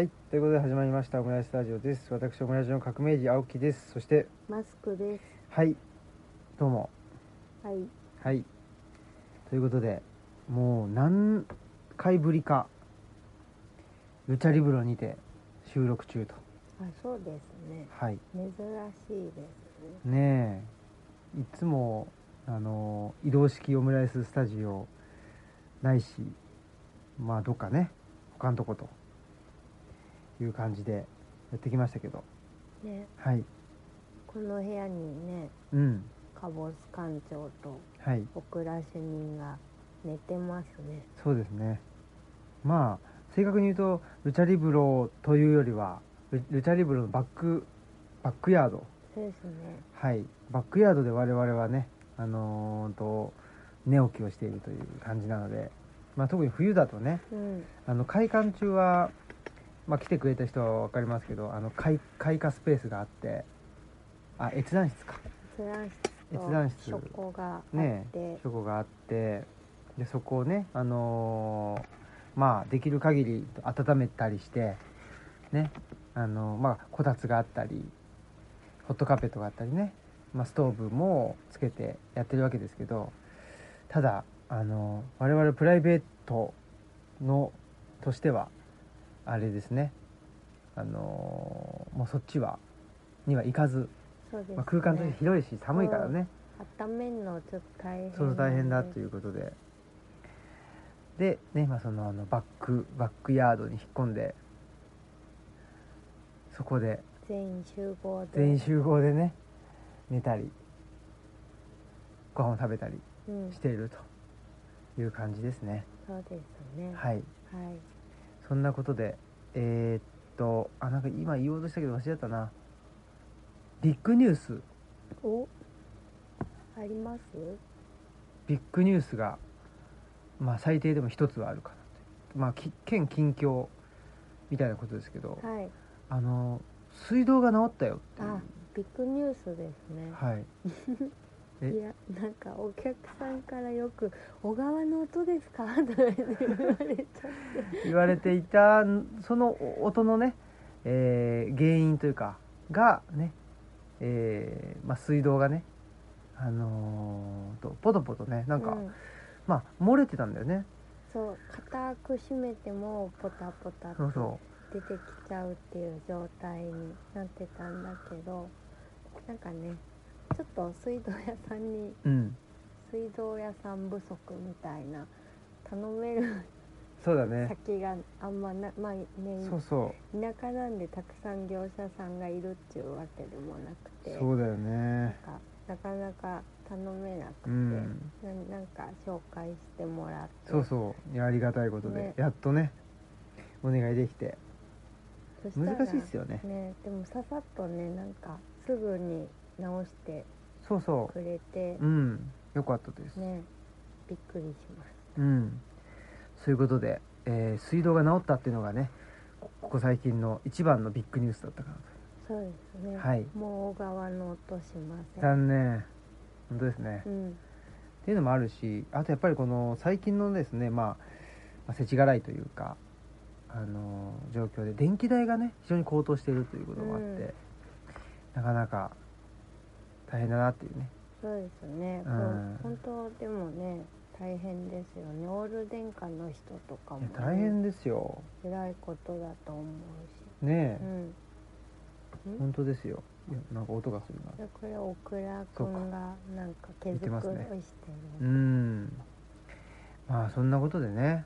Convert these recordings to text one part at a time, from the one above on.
はい、ということで始まりましたオムライスラジオです。私オムライスの革命児青木です。そしてマスクです。 はい、どうもはい。 はい、ということでもう何回ぶりかルチャリブロにて収録中と。 あ、そうですね。 はい、 珍しいですね。 ねえ、いつも移動式オムライススタジオないし、まあどっかね他のとこという感じでやってきましたけど、 ね、 はい、 この部屋にね、 うん、 カボス館長とはい、 オクラ主任が寝てますね。 そうですね。まあ正確に言うとルチャリブロというよりはルチャリブロのバックヤード、 そうですね。 はい、バックヤードで我々はね寝起きをしているという感じなので、まあ、特に冬だとねうん。 開館中は、まあ、来てくれた人は分かりますけど開花スペースがあって、閲覧室か、 閲覧室と書庫があって、 ね、書庫があって、でそこをねまあできる限り温めたりしてね、まあこたつがあったりホットカーペットがあったりね、まあ、ストーブもつけてやってるわけですけど、ただ我々プライベートのとしてはあれですね、もうそっちには行かず、 そうですね。 まあ、空間として広いし寒いからね、 温めるのちょっと大変。 そう大変だということで、ね、まあ、そのバックヤードに引っ込んで、そこで全員集合でね寝たりご飯を食べたりしているという感じですね。 そうですね。 はい、 はい。 そんなことでなんか今言おうとしたけど忘れちゃったな。ビッグニュースあります？ ビッグニュースが、まあ最低でも一つはあるかなと。まあ県近況みたいなことですけど、 はい。 水道が治ったよっていう。 あ、ビッグニュースですね。 はいいや、なんかお客さんからよく「小川の音ですか?」とか言われていたその音のね、原因というかがね、まあ、水道がねポトポトねなんか、まあ漏れてたんだよね。 そう、固く閉めてもポタポタって出てきちゃうっていう状態になってたんだけど、なんかねちょっと水道屋さんに、水道屋さん不足みたいな頼めるそうだね、 先があんまな、まあね、 そう田舎なんでたくさん業者さんがいるっていうわけでもなくて、 そうだよね、 なかなか頼めなくて、なんか紹介してもらって、 そういやありがたいことで、やっとねお願いできて。難しいっすよね。 でもささっとね、なんかすぐに直してくれて、 よかったですね。びっくりしました。 そういうことで、水道が治ったっていうのがねここ最近の一番のビッグニュースだったかなと。 そうですね、 はい、 もう小川の音しません。 残念、本当ですね、っていうのもあるし、あとやっぱりこの最近のですね、まあ世知辛いというか状況で電気代がね非常に高騰しているということもあって、なかなか大変だなっていうね。 そうですね、本当でもね大変ですよね。オール電化の人とかも、ね、 大変ですよ。 辛いことだと思うしねえ、本当ですよ。いやなんか音がするな。 これオクラくんがなんか毛づくろいしてる、 まあそんなことでね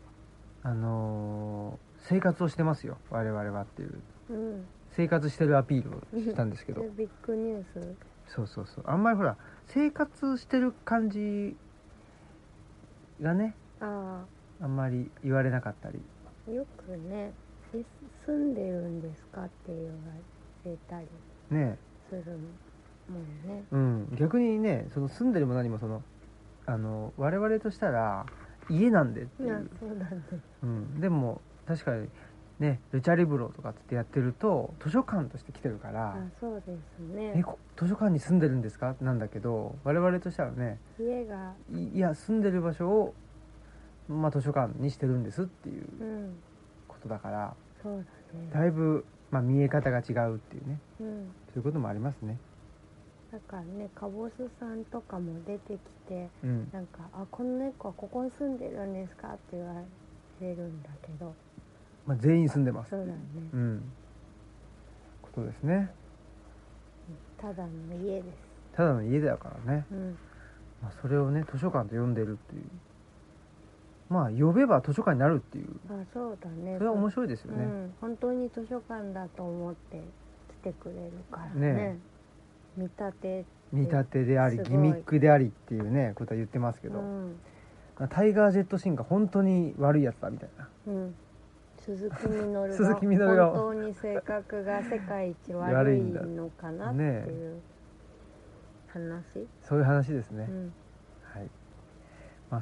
生活をしてますよ我々はっていう、生活してるアピールをしたんですけどビッグニュース。 そうあんまりほら生活してる感じがねあんまり言われなかったり、 よくね住んでるんですかって言われたりねするもんね。 逆にねその住んでるも何もその我々としたら家なんでっていう。 そうだね。 でも確かにねルチャリブロとかってやってると図書館として来てるから、 そうですね。 図書館に住んでるんですかなんだけど、我々としたらねいや住んでる場所を、まあ、図書館にしてるんですっていうことだから、 そうだね。 だいぶ、見え方が違うっていうね、 うん。 そういうこともありますね。 だからね、カボスさんとかも出てきて、 うんなんか「あ、この猫はここに住んでるんですか?」って言われるんだけど、 全員住んでます。 そうだね、 うん、ことですね。 ただの家です。 ただの家だからね、 うん、 それをね図書館と呼んでるっていう、呼べば図書館になるっていう、 あ、そうだね。 それは面白いですよね。 うん、本当に図書館だと思って来てくれるからね。 ね、 見立てでありすごいギミックでありっていうねことは言ってますけど、 うん、 タイガー・ジェット・シンが本当に悪いやつだみたいな、 うん、鈴木みのる鈴木みのるが本当に性格が世界一悪いのかなっていう話、 そういう話ですね。 うん、 はい。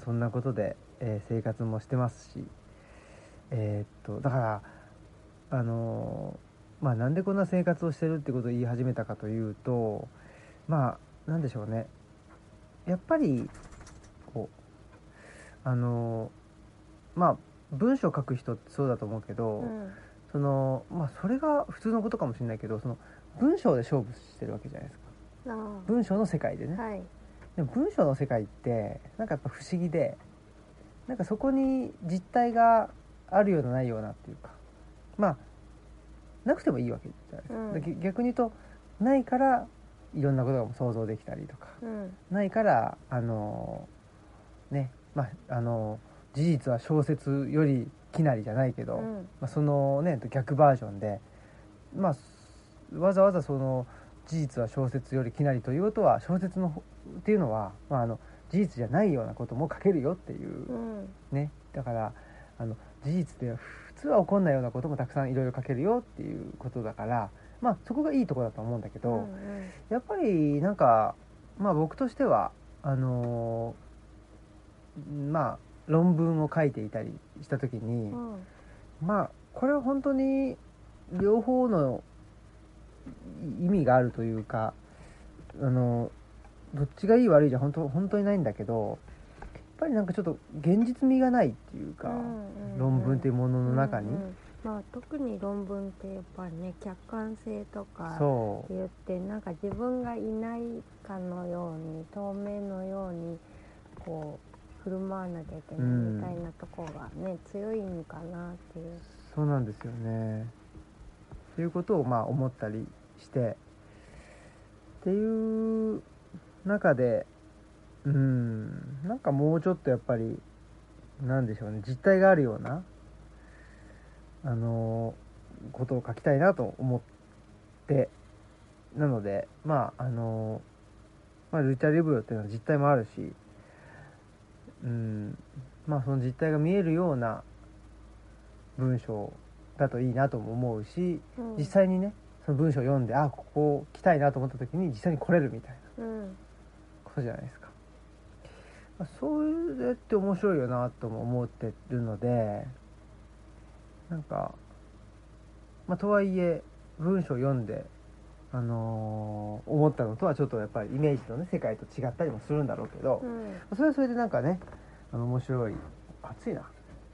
そんなことで、生活もしてますし、だからなんでこんな生活をしてるってことを言い始めたかというと、なんでしょうね、やっぱりこう文章を書く人ってそうだと思うけど、 うん、 それが普通のことかもしれないけど、その文章で勝負してるわけじゃないですか。 あ文章の世界でね、 はい、 でも文章の世界ってなんかやっぱ不思議で、なんかそこに実体があるようなないようなっていうか、なくてもいいわけじゃないですか、 うんで逆に言うとないからいろんなことが想像できたりとか、 うん、 ないから事実は小説よりきなりじゃないけど、そのね逆バージョンで、わざわざその事実は小説よりきなりということは、小説のっていうのは、事実じゃないようなことも書けるよっていう、ね、だから事実で普通は起こんないようなこともたくさんいろいろ書けるよっていうことだから、そこがいいところだと思うんだけど、やっぱりなんか僕としては論文を書いていたりした時に、これは本当に両方の意味があるというか、どっちがいい悪いじゃ本当にないんだけど、やっぱりなんかちょっと現実味がないっていうか、論文っていうものの中に、 特に論文ってやっぱりね、客観性とかそう言ってなんか自分がいないかのように、透明のようにこう振る舞わなきゃいけないみたいなところがね、強いんかなっていう。 そうなんですよねっていうことを思ったりしてっていう中で、なんかもうちょっとやっぱりなんでしょうね、実態があるようなことを書きたいなと思って、なのでルチャリブロっていうのは実態もあるし、その実態が見えるような文章だといいなとも思うし、実際にねその文章を読んでここ来たいなと思った時に実際に来れるみたいなことじゃないですか。そうやって面白いよなとも思ってるので、なんかとはいえ文章を読んで思ったのとはちょっとやっぱりイメージのね世界と違ったりもするんだろうけど、それはそれでなんかね面白い。暑いな。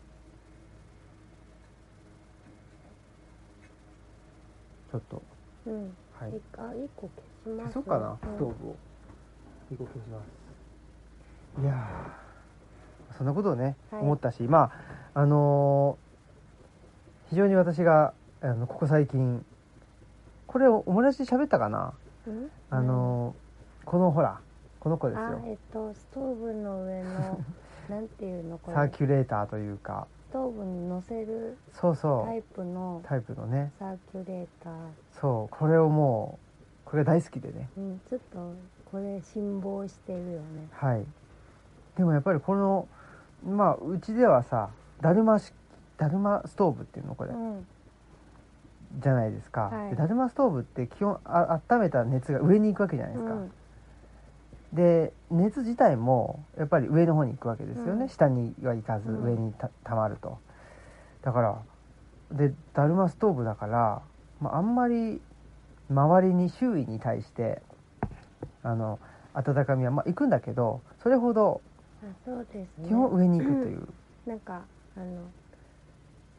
ちょっと、はい。 1個消します。 消そうかな、ストーブを1個消します。いやそんなことをね、思ったし、非常に私がここ最近これをおもらしで喋ったかな、このほらこの子ですよ。 ストーブの上のなんていうのこれ、 サーキュレーターというか、 ストーブに乗せるタイプのねサーキュレーター。 そうこれをもうこれが大好きでね、 ちょっとこれ辛抱してるよね。 はい。でもやっぱりこのうちではさだるまストーブっていうのこれ、じゃないですか、でだるまストーブって基本温めた熱が上に行くわけじゃないですか、で熱自体もやっぱり上の方に行くわけですよね、下には行かず上にたまると。だからでだるまストーブだから、あんまり周りに周囲に対して温かみは行くんだけど、それほどそうですね、 基本上に行くという、 なんか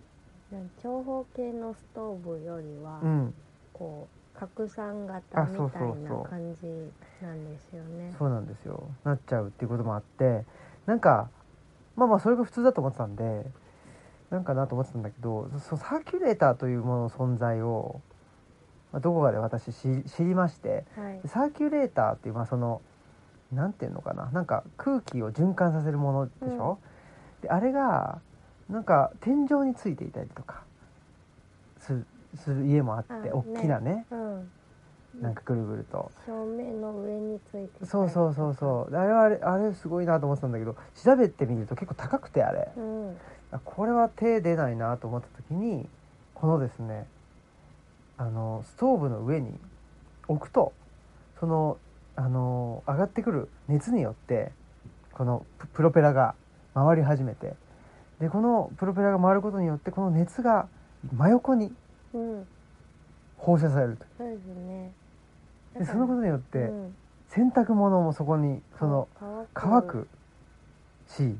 長方形のストーブよりは、こう拡散型みたいな感じなんですよね。 そうなんですよ、なっちゃうっていうこともあって、なんかまあそれが普通だと思ってたんで、なんかなと思ってたんだけど、そのサーキュレーターというものの存在をどこかで私知りまして、 はい、 サーキュレーターっていう、そのなんていうのかな、なんか空気を循環させるものでしょ、であれがなんか天井についていたりとかする家もあって、大きなね、なんかぐるぐると照明の上についてたりとか。 そうあれすごいなと思ってたんだけど、調べてみると結構高くて、あれ、これは手出ないなと思った時に、このですね、ストーブの上に置くと、その上がってくる熱によってこのプロペラが回り始めて、でこのプロペラが回ることによってこの熱が真横に放射されると、 そうですね。 でそのことによって洗濯物もそこに乾くし、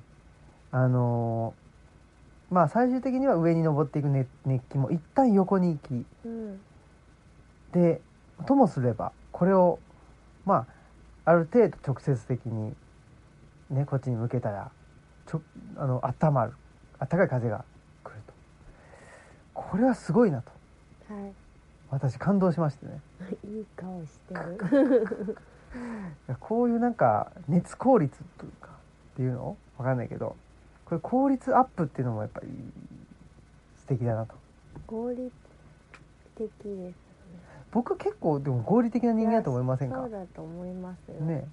最終的には上に登っていく熱気も一旦横に行き、でともすればこれをある程度直接的にねこっちに向けたら温まる、暖かい風が来ると、これはすごいなと、私感動しましてねいい顔してるこういうなんか熱効率というかっていうの分かんないけど、これ効率アップっていうのもやっぱり素敵だなと。 合理的ですね。 僕結構でも合理的な人間だと思いませんか？ そうだと思いますよね、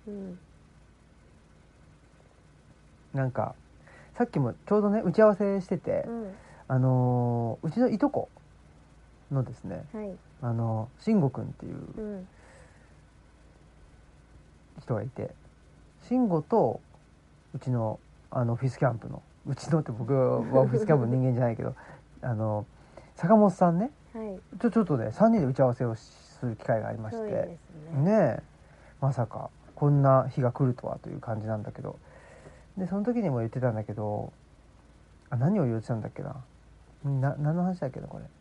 なんかさっきもちょうどね打ち合わせしてて、うちのいとこのですね、慎吾くんっていう人がいて、慎吾とうちのオフィスキャンプの、うちのって僕はオフィスキャンプの人間じゃないけど坂本さんね、ちょっとね3人で打ち合わせをする機会がありまして、ね、まさかこんな日が来るとはという感じなんだけど、でその時にも言ってたんだけど、何を言ってたんだっけな、何の話だっけなこれ。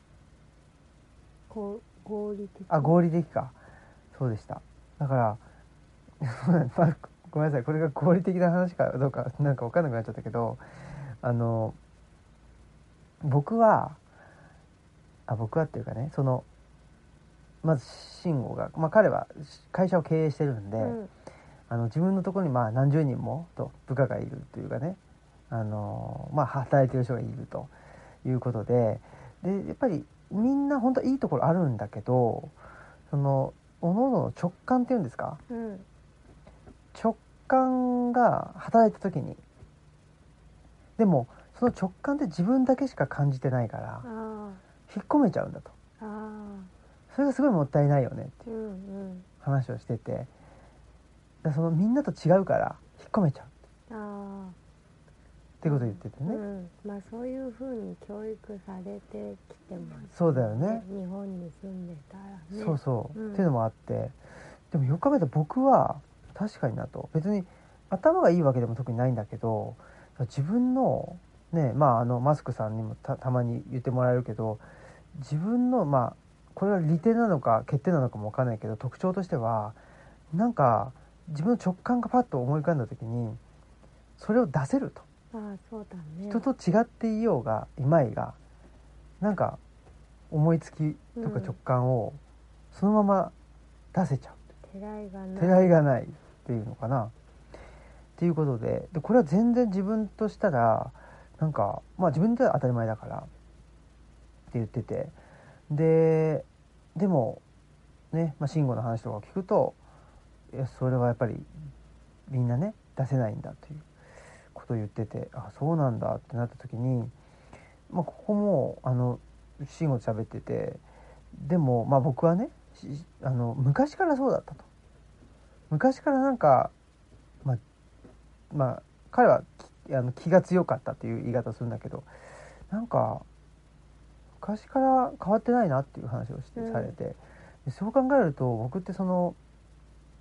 合理的。 合理的か、そうでした。だからごめんなさい、これが合理的な話かどうかなんか分かんなくなっちゃったけど、僕はっていうかね、まず慎吾が、彼は会社を経営してるんで、自分のところに何十人もと部下がいるというかね、働いてる人がいるということで、やっぱりみんな本当はいいところあるんだけど、各々の直感っていうんですか、直感が働いた時に、でもその直感って自分だけしか感じてないから引っ込めちゃうんだと、それがすごいもったいないよねっていう話をしてて、そのみんなと違うから引っ込めちゃうってことを言っててね、 そういう風に教育されてきてますね。 そうだよね、 日本に住んでたらね。 っていうのもあって、でもよく考えたら僕は確かになと、別に頭がいいわけでも特にないんだけど、自分のね、マスクさんにもたまに言ってもらえるけど、自分のこれは利点なのか欠点なのかも分かんないけど、特徴としてはなんか自分の直感がパッと思い浮かんだ時にそれを出せると、 そうだね、 人と違っていようがいまいが、なんか思いつきとか直感をそのまま出せちゃう、 てらいがないっていうのかなっていうことで、これは全然自分としたらなんか自分では当たり前だからって言ってて、でもね、慎吾の話とかを聞くと、いやそれはやっぱりみんなね出せないんだということを言ってて、そうなんだってなった時に、ここも慎吾と喋ってて、でも僕はね昔からそうだったと、昔からなんか彼は気が強かったっていう言い方をするんだけど、なんか昔から変わってないなっていう話をされて、そう考えると僕って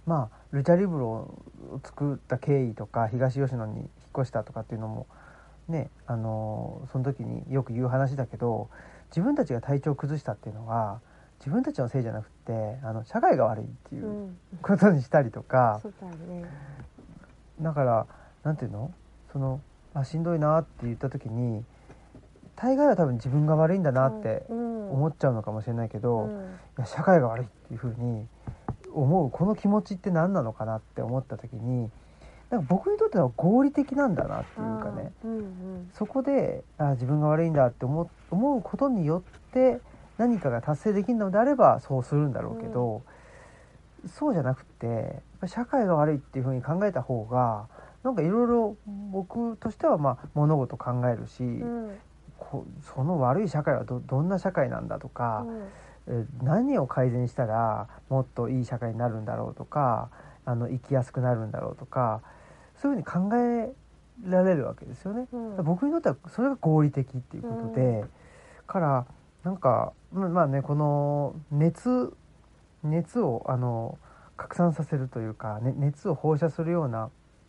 ルチャリブロを作った経緯とか、東吉野に引っ越したとかっていうのもねその時によく言う話だけど、自分たちが体調を崩したっていうのは自分たちのせいじゃなくて社会が悪いっていうことにしたりとか、 そうだね。 だからなんていうの、しんどいなって言った時に大概は多分自分が悪いんだなって思っちゃうのかもしれないけど、いや社会が悪いっていう風に思うこの気持ちって何なのかなって思った時に、なんか僕にとっては合理的なんだなっていうかね、そこで自分が悪いんだって思うことによって何かが達成できるのであればそうするんだろうけど、そうじゃなくて社会が悪いっていう風に考えた方がなんかいろいろ僕としては物事考えるし、その悪い社会はどんな社会なんだとか、何を改善したらもっといい社会になるんだろうとか生きやすくなるんだろうとか、そういうふうに考えられるわけですよね、僕にとってはそれが合理的っていうことで、からなんかねこの熱を拡散させるというか、熱を放射するような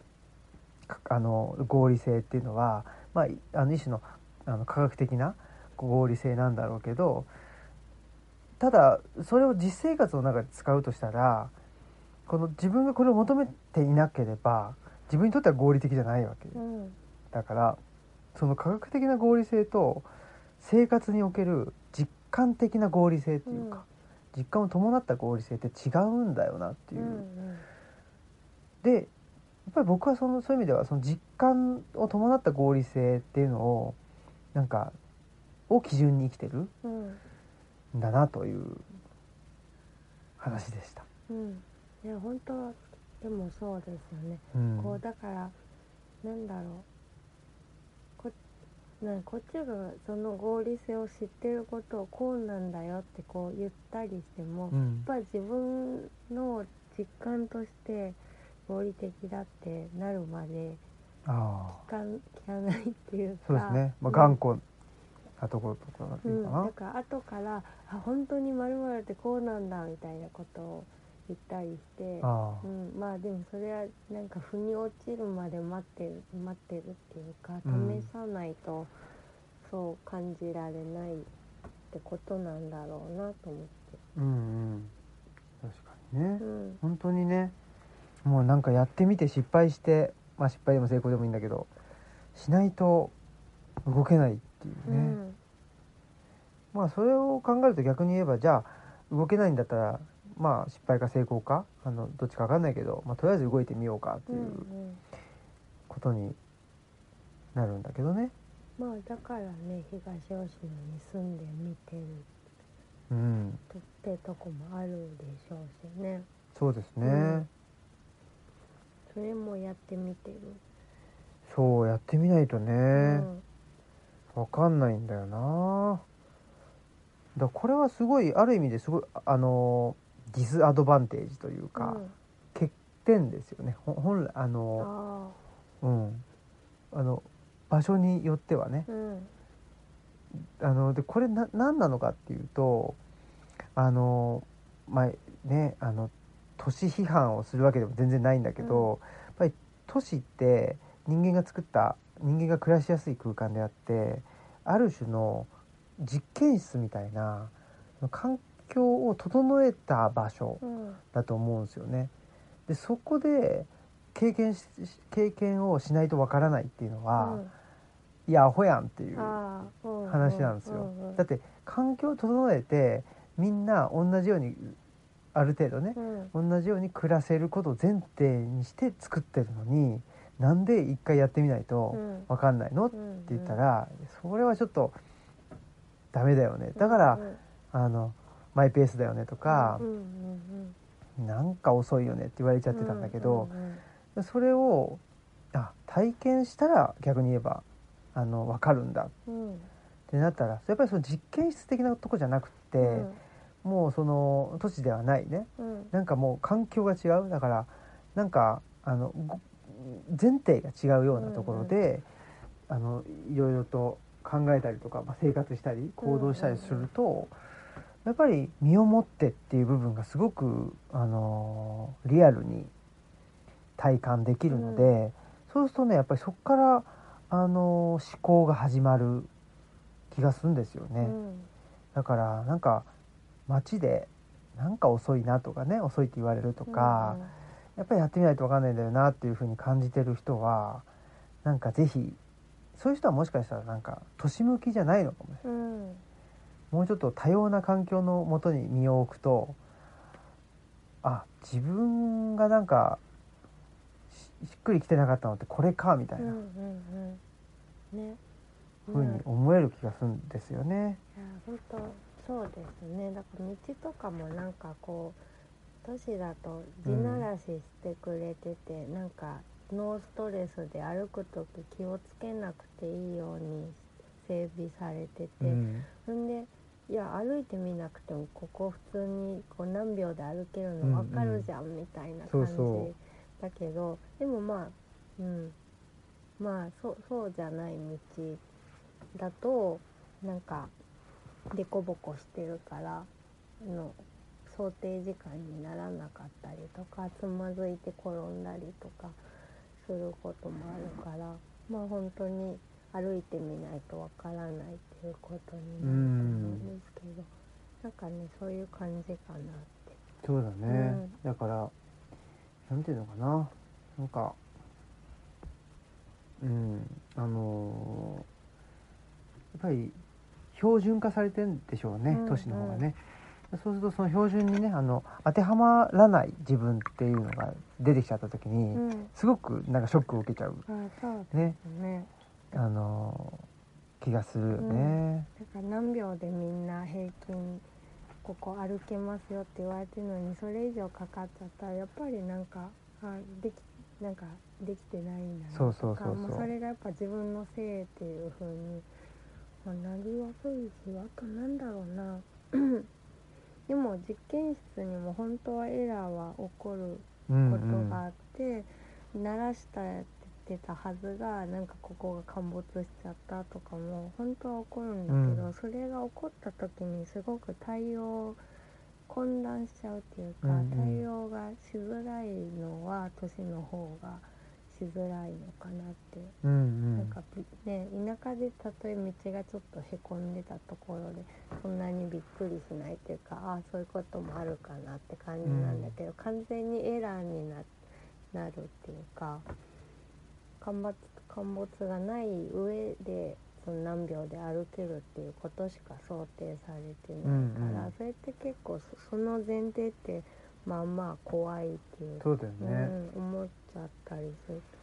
合理性っていうのは、一種の科学的な合理性なんだろうけど、ただそれを実生活の中で使うとしたら自分がこれを求めていなければ自分にとっては合理的じゃないわけ、だからその科学的な合理性と生活における実感的な合理性っていうか、実感を伴った合理性って違うんだよなっていう、でやっぱり僕はそういう意味ではその実感を伴った合理性っていうのを基準に生きてるんだなという話でした。 いや本当でもそうですよね、こうだからなんだろう、こっちがその合理性を知ってることをこうなんだよってこう言ったりしても、やっぱり自分の実感として合理的だってなるまで聞かないっていうか、 そうですね、頑固なところとかいいかな、 だから後から本当に〇〇ってこうなんだみたいなことを言ったりして、でもそれはなんか腑に落ちるまで待ってるっていうか、試さないとそう感じられないってことなんだろうなと思って。 確かにね、本当にね、もうなんかやってみて失敗して、失敗でも成功でもいいんだけどしないと動けないっていうね、それを考えると逆に言えば、じゃあ動けないんだったら失敗か成功かどっちか分かんないけど、とりあえず動いてみようかっていうことになるんだけどね。 だからね東吉野に住んでみてるってとこもあるでしょうしね。 そうですね、 それもやってみてる。 そうやってみないとね、分かんないんだよな。これはすごいある意味ですごいディスアドバンテージというか、欠点ですよね。本来場所によってはね、でこれ何なのかっていうと都市批判をするわけでも全然ないんだけど、やっぱり都市って人間が作った人間が暮らしやすい空間であって、ある種の実験室みたいな環境を整えた場所だと思うんですよね。でそこで経験をしないとわからないっていうのは、いやアホやんっていう話なんですよ。だって環境を整えてみんな同じようにある程度ね、同じように暮らせることを前提にして作ってるのに、なんで一回やってみないと分かんないのって言ったら、それはちょっとダメだよね。だからマイペースだよねとか、なんか遅いよねって言われちゃってたんだけど、それを体験したら逆に言えば分かるんだってなったら、やっぱりその実験室的なとこじゃなくて、もうその都市ではないね、なんかもう環境が違う、だからなんか前提が違うようなところで、いろいろと考えたりとか、生活したり行動したりすると、やっぱり身をもってっていう部分がすごくリアルに体感できるので、そうするとねやっぱりそこから思考が始まる気がするんですよね、だからなんか街でなんか遅いなとかね、遅いって言われるとか、やっぱりやってみないと分かんないんだよなっていう風に感じてる人は、なんかぜひそういう人はもしかしたらなんか都市向きじゃないのかもしれない、もうちょっと多様な環境のもとに身を置くと、あ、自分がなんか しっくりきてなかったのってこれかみたいな風に思える気がするんですよね。 いや本当そうですね。だから道とかもなんかこう都市だと地ならししてくれてて、なんかノーストレスで歩くとき気をつけなくていいように整備されてて、んでいや歩いてみなくてもここ普通にこう何秒で歩けるの分かるじゃんみたいな感じだけど、でもまあ、まあそうじゃない道だとなんかデコボコしてるから想定時間にならなかったりとか、つまずいて転んだりとかすることもあるから、まあ本当に歩いてみないとわからないっていうことになると思うんですけど、なんかねそういう感じかなって。 そうだね、だからなんていうのかな、なんかやっぱり標準化されてるんでしょうね、都市の方がね。そうするとその標準にね当てはまらない自分っていうのが出てきちゃった時に、すごくなんかショックを受けちゃう、ね、気がするよね、 だから何秒でみんな平均ここ歩けますよって言われてるのに、それ以上かかっちゃったらやっぱりなんかできてないんだなとか、それがやっぱ自分のせいっていう風に、なりやすいし、あとなんだろうなでも実験室にも本当はエラーは起こることがあって、鳴らしてたはずがなんかここが陥没しちゃったとかも本当は起こるんだけど、それが起こった時にすごく混乱しちゃうっていうか、対応がしづらいのは都市の方がしづらいのかなって、なんかね、田舎でたとえ道がちょっとへこんでたところでそんなにびっくりしないっていうか、そういうこともあるかなって感じなんだけど、完全にエラーになるっていうか、陥没がない上でその何秒で歩けるっていうことしか想定されてないから、それって結構その前提ってまあまあ怖いっていう、 そうだよね、 思っちゃったりする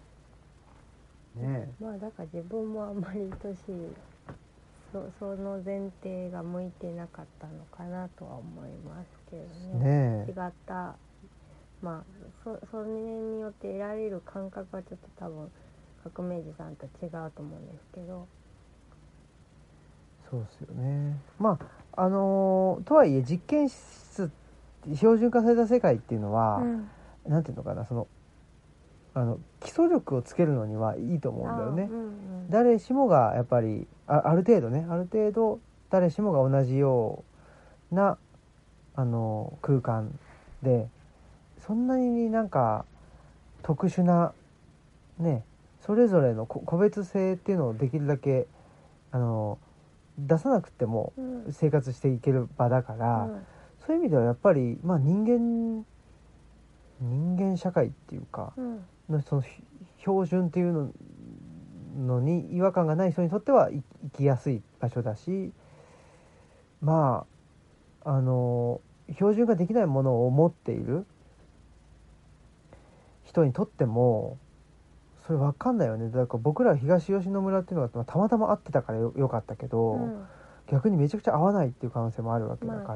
ね。 まあだから自分もあんまりその前提が向いてなかったのかなとは思いますけどね。違ったまあそれによって得られる感覚はちょっと多分革命児さんと違うと思うんですけど。 そうですよね。まあとはいえ実験室標準化された世界っていうのは、なんていうのかな、基礎力をつけるのにはいいと思うんだよね。誰しもがやっぱりある程度誰しもが同じような空間で、そんなになんか特殊なね、それぞれの個別性っていうのをできるだけ出さなくても生活していける場だから、そういう意味ではやっぱり、まあ、人間社会っていうか、その標準っていうのに違和感がない人にとっては生きやすい場所だし、まあ標準ができないものを持っている人にとってもそれ分かんないよね。だから僕ら東吉野村っていうのがたまたま会ってたからよかったけど、逆にめちゃくちゃ合わないっていう可能性もあるわけだから、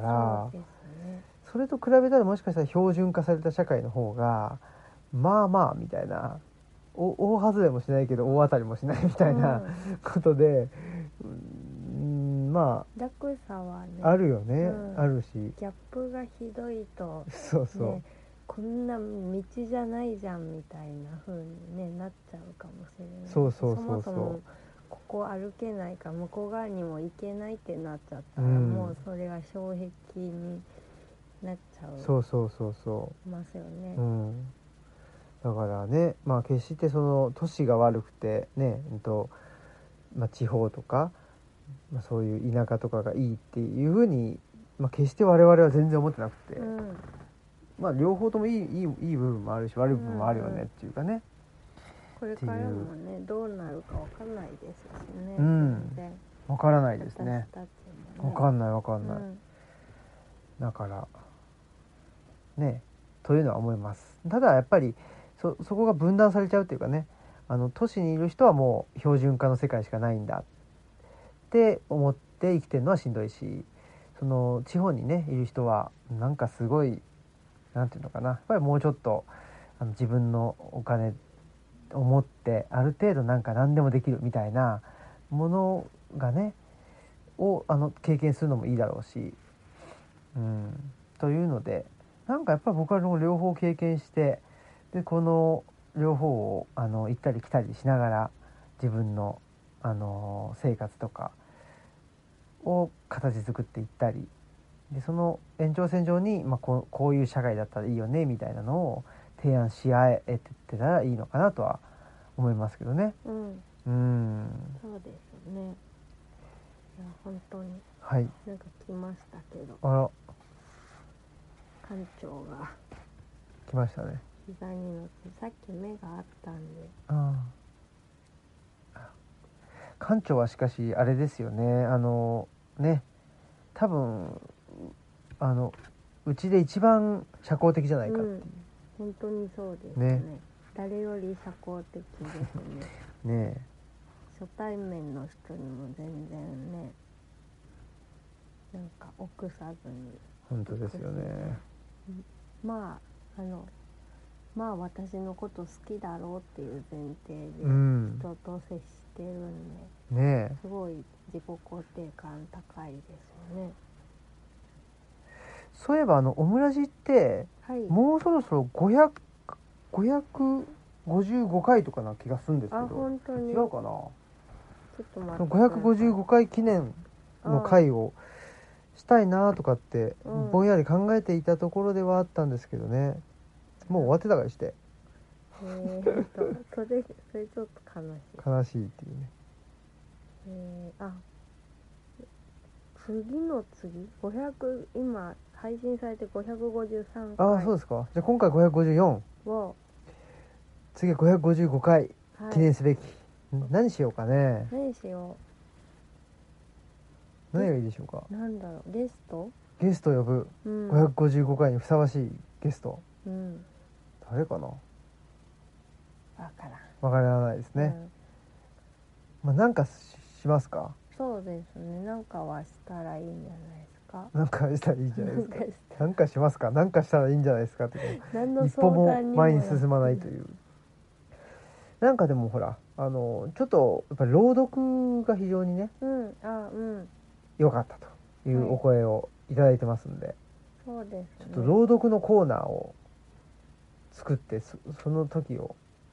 それと比べたらもしかしたら標準化された社会の方がまあまあみたいな、大外れもしないけど大当たりもしないみたいな、ことで、まあ楽さはねあるよね、あるし、 ギャップがひどいとそうこんな道じゃないじゃんみたいな風に、ね、なっちゃうかもしれない。 そもそもここ歩けないか向こう側にも行けないってなっちゃったら、もうそれが障壁になっちゃうますよね。 だからね、まあ決してその都市が悪くてね、まあ、地方とか、まあ、そういう田舎とかがいいっていうふうに、まあ、決して我々は全然思ってなくて、まあ両方ともいい部分もあるし悪い部分もあるよねっていうかね、 これからもねどうなるかわかんないですしね、 全然わからないですね。 私たちもねわかんない、だからねというのは思います。ただやっぱりそこが分断されちゃうっていうかね、都市にいる人はもう標準化の世界しかないんだって思って生きてるのはしんどいし、その地方にねいる人はなんかすごいなんていうのかな、やっぱりもうちょっと自分のお金を持ってある程度なんか何でもできるみたいなものがねを経験するのもいいだろうし、というのでなんかやっぱり僕は両方経験して、でこの両方を行ったり来たりしながら自分の、生活とかを形作っていったりで、その延長線上に、まあ、こういう社会だったらいいよねみたいなのを提案し合えてってたらいいのかなとは思いますけどね。 そうですね。いや本当に、 はい、 なんか来ましたけど、 あら館長が来ましたね。 膝に乗ってさっき目があったんで。 館長はしかしあれですよね、ね多分うちで一番社交的じゃないかっていう、 本当にそうですね。誰より社交的ですね。 ね初対面の人にも全然ね、なんか臆さずに。 本当ですよね。 まあ私のこと好きだろうっていう前提で人と接してるんで、すごい自己肯定感高いですよね。 そういえばオムラジって、もうそろそろ555回とかな気がするんですけど、 本当に違うかな。ちょっと待って、 555回記念の回をしたいなとかってぼんやり考えていたところではあったんですけどね、もう終わってたからして、 それちょっと悲しいっていうね。次の次500、今配信されて553回。 そうですか。じゃあ今回554、次は555回記念すべき、何しようかね。 何しよう、何がいいでしょうか。 なんだろう、ゲスト呼ぶ、555回にふさわしいゲスト、誰かな。わからないですね。まあなんかしますか。 そうですね、なんかはしたらいいんじゃないですか。 なんかしたらいいんじゃないですか。なんかしますか。なんかしたらいいんじゃないですかって一歩も前に進まないという。なんかでもほらちょっとやっぱり朗読が非常にね、良かったというお声をいただいてますんで、 そうですね、 ちょっと朗読のコーナーを作って、その時を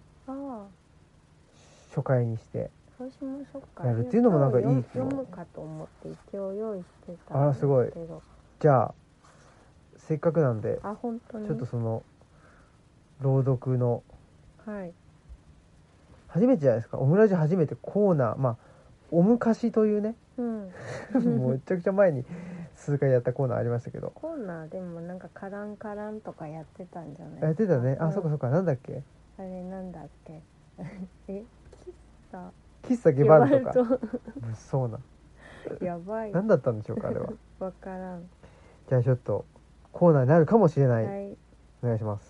初回にしてそうしましょうか。 やるっていうのもなんかいい気も。 読むかと思って一応用意してたんですけど。 すごい。じゃあせっかくなんで本当にちょっとその朗読の、 はい、 初めてじゃないですか。オムラジ初めてコーナー、まあおむかしというね、もうめちゃくちゃ前に数回やったコーナーありましたけど、 コーナーでもなんかカランカランとかやってたんじゃないですか。 やってたね。そうかそうか、なんだっけ、 あれなんだっけ喫茶ゲバルとか物騒なやばい何だったんでしょうかあれは。 わからん。 じゃあちょっとコーナーになるかもしれない、お願いします。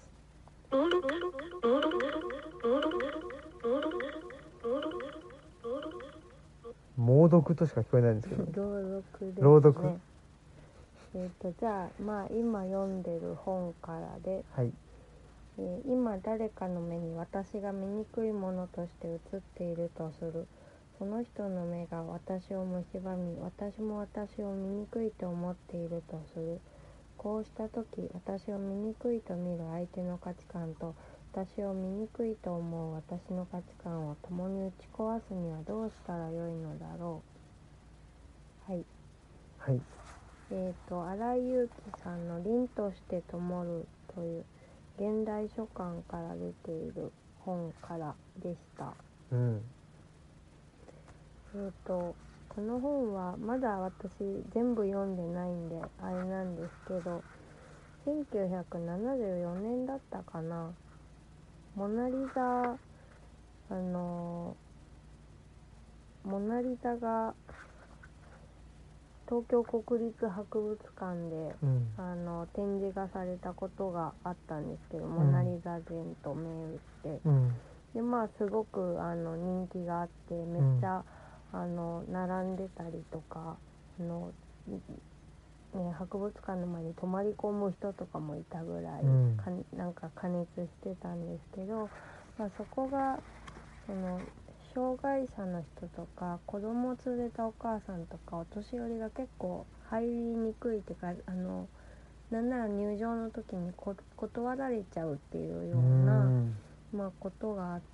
猛読としか聞こえないんですけど朗読ですね。じゃあまあ今読んでる本からで、今誰かの目に私が醜いものとして映っているとする。その人の目が私を蝕み、私も私を醜いと思っているとする。こうした時、私を醜いと見る相手の価値観と私を醜いと思う私の価値観を共に打ち壊すにはどうしたらよいのだろう。はい、新井祐樹さんの凛として灯るという現代書館から出ている本からでした。 うんこの本はまだ私全部読んでないんであれなんですけど、1974年だったかな、モナリザモナリザが東京国立博物館で、展示がされたことがあったんですけど、モナリザ展と銘打って、でまあすごく人気があってめっちゃ、並んでたりとか博物館の前に泊まり込む人とかもいたぐらい、なんか過熱してたんですけど、そこが障害者の人とか子供を連れたお母さんとかお年寄りが結構入りにくいっていうか、なんなら入場の時に断られちゃうっていうような、ことがあって、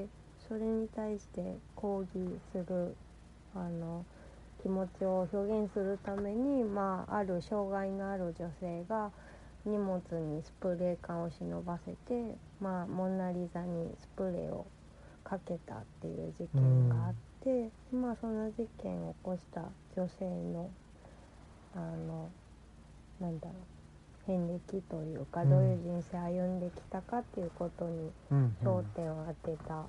それに対して抗議する気持ちを表現するために、ある障害のある女性が荷物にスプレー缶を忍ばせて、モナリザにスプレーをかけたっていう事件があって、その事件を起こした女性の遍歴というか、どういう人生を歩んできたかっていうことに焦点を当てた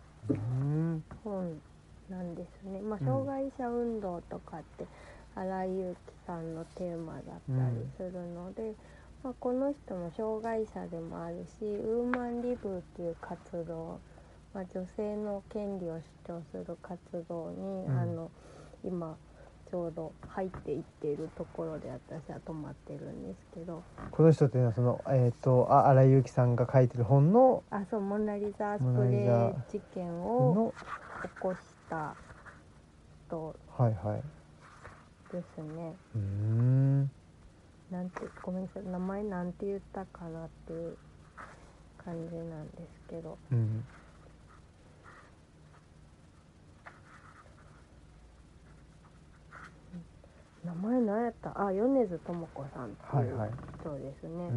本なんですね。障害者運動とかって新井祐樹さんのテーマだったりするので、この人も障害者でもあるし、ウーマンリブっていう活動、女性の権利を主張する活動に、今ちょうど入っていっているところで私は止まってるんですけど、 この人っていうのはその新井祐樹さんが書いてる本のそうモナリザスプレー事件を起こした人ですね。なんてごめんなさい、名前なんて言ったかなっていう感じなんですけど、名前何やった？米津智子さんっていう人ですね。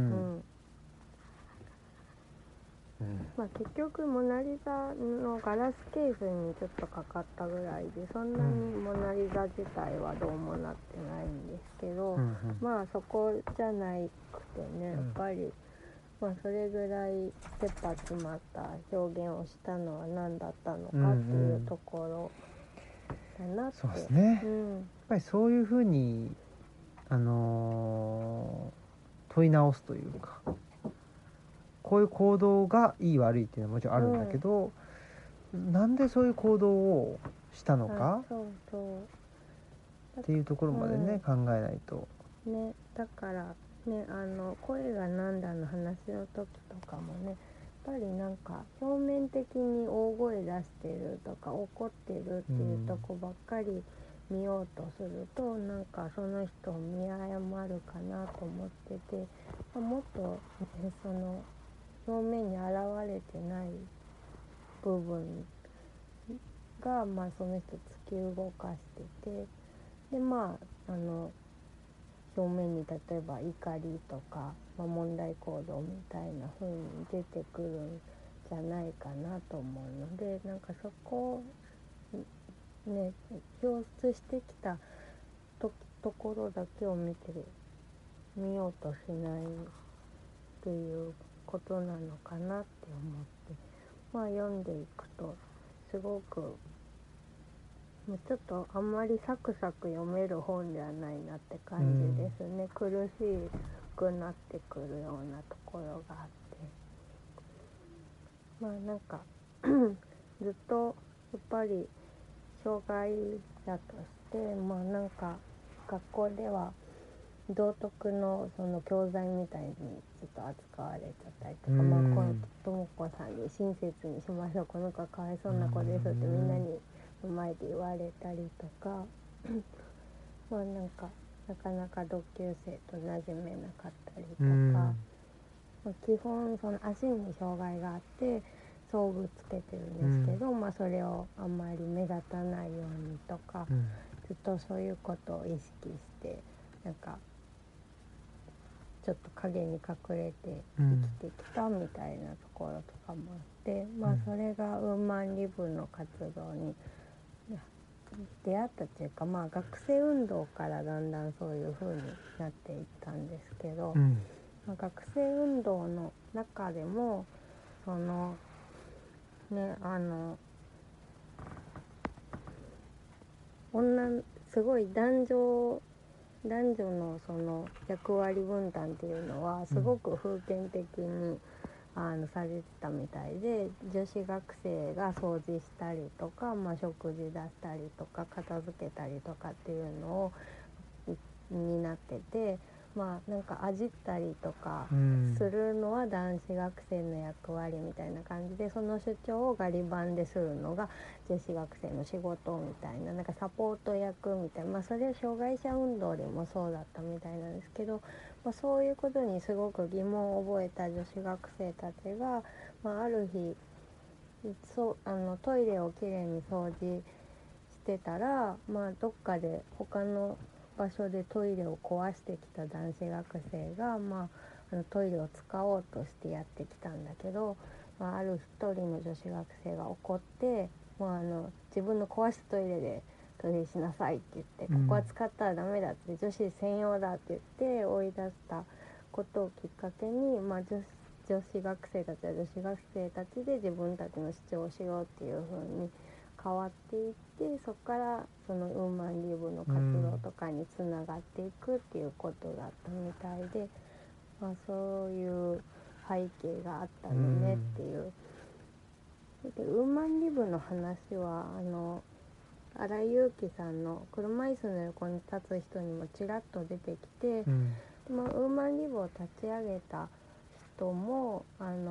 結局モナリザのガラスケースにちょっとかかったぐらいで、そんなにモナリザ自体はどうもなってないんですけど、そこじゃなくてね、やっぱりそれぐらい切羽詰まった表現をしたのは何だったのかっていうところだなって。 そうですね、やっぱりそういうふうに問い直すというか、こういう行動がいい悪いっていうのはもちろんあるんだけど、なんでそういう行動をしたのかっていうところまでね、考えないとね。だからね、声がなんだの話の時とかもね、やっぱりなんか表面的に大声出してるとか怒ってるっていうとこばっかり見ようとすると、なんかその人を見誤るかなと思ってて、もっと、ね、その表面に現れてない部分が、その人突き動かしてて、で表面に例えば怒りとか、問題行動みたいな風に出てくるんじゃないかなと思うので、なんかそこをね、表出してきたところだけを見ようとしないっていうことなのかなって思って、読んでいくとすごくちょっとあんまりサクサク読める本ではないなって感じですね。苦しくなってくるようなところがあって、なんかずっとやっぱり障害者として、なんか学校では道徳のその教材みたいにちょっと扱われちゃったりとか、この智子さんに親切にしましょう、この子はかわいそうな子ですってみんなに前で言われたりとかなんかなかなか同級生と馴染めなかったりとか、基本その足に障害があって装具つけてるんですけど、それをあんまり目立たないようにとか、ずっとそういうことを意識してなんかちょっと影に隠れてうん生きてきたみたいなところとかもあって、まあそれがウーマンリブの活動に出会ったっていうか、まあ学生運動からだんだんそういう風になっていったんですけど、 うんまあ、学生運動の中でもそのねすごい男女のその役割分担っていうのはすごく封建的に、されてたみたいで、女子学生が掃除したりとか、まあ、食事出したりとか片付けたりとかっていうのを担ってて、まあなんかあじったりとかするのは男子学生の役割みたいな感じで、その主張をガリ版でするのが女子学生の仕事みたいな、なんかサポート役みたいな、まあそれは障害者運動でもそうだったみたいなんですけど、まあ、そういうことにすごく疑問を覚えた女子学生たちが、まあ、ある日トイレをきれいに掃除してたら、まあ、どっかで他の場所でトイレを壊してきた男子学生が、まあ、トイレを使おうとしてやってきたんだけど、まあ、ある一人の女子学生が怒って、まあ、自分の壊したトイレでトイレしなさいって言って、ここは使ったらダメだって、女子専用だって言って追い出したことをきっかけに、まあ、女子学生たちは女子学生たちで自分たちの主張をしようっていう風に変わっていって、そこからそのウーマンリブの活動とかにつながっていくっていうことだったみたいで、まあ、そういう背景があったのねっていう。でウーマンリブの話は新井祐樹さんの車椅子の横に立つ人にもちらっと出てきて、まあ、ウーマンリブを立ち上げた人も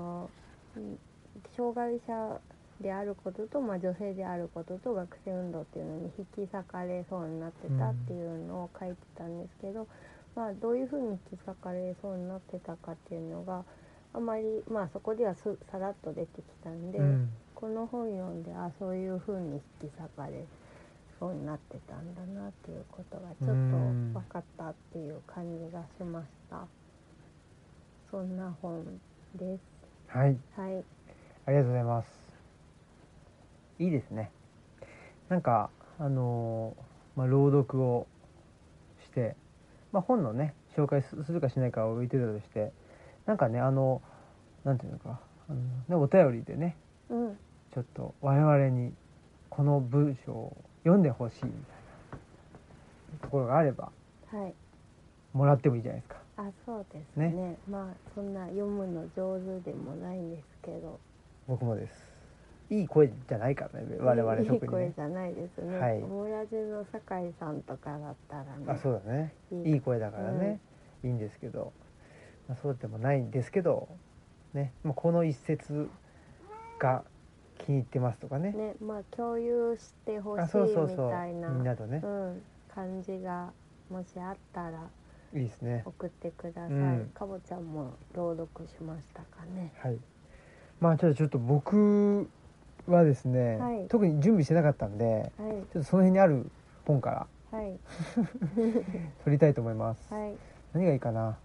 障害者であることと、まあ、女性であることと学生運動っていうのに引き裂かれそうになってたっていうのを書いてたんですけど、まあ、どういうふうに引き裂かれそうになってたかっていうのがあまり、まあ、そこではさらっと出てきたんで、この本読んでそういうふうに引き裂かれそうになってたんだなっていうことがちょっと分かったっていう感じがしました。そんな本です。 はい、 はい、 ありがとうございます。いいですね。なんかまあ、朗読をして、まあ、本のね紹介するかしないかを置いてたとして、なんかねなんていうのかね、お便りでね、ちょっと我々にこの文章を読んでほしいみたいなところがあれば、 はい、 もらってもいいじゃないですか。 そうですね。まあそんな読むの上手でもないんですけど、 僕もです。いい声じゃないからね、我々特にね。 いい声じゃないですね。 はい。 オムラジの酒井さんとかだったらね。 そうだね。いい声だからね、いいんですけど、まあ、そうでもないんですけど、ね、もうこの一節が気に入ってますとかね。 まあ共有してほしいみたいな、 みんなとね、 感じがもしあったら。 いいですね。 送ってください。かぼちゃんも朗読しましたかね。 はい。まあちょっと僕はですね、特に準備してなかったんで、ちょっとその辺にある本から、撮りたいと思います。何がいいかな。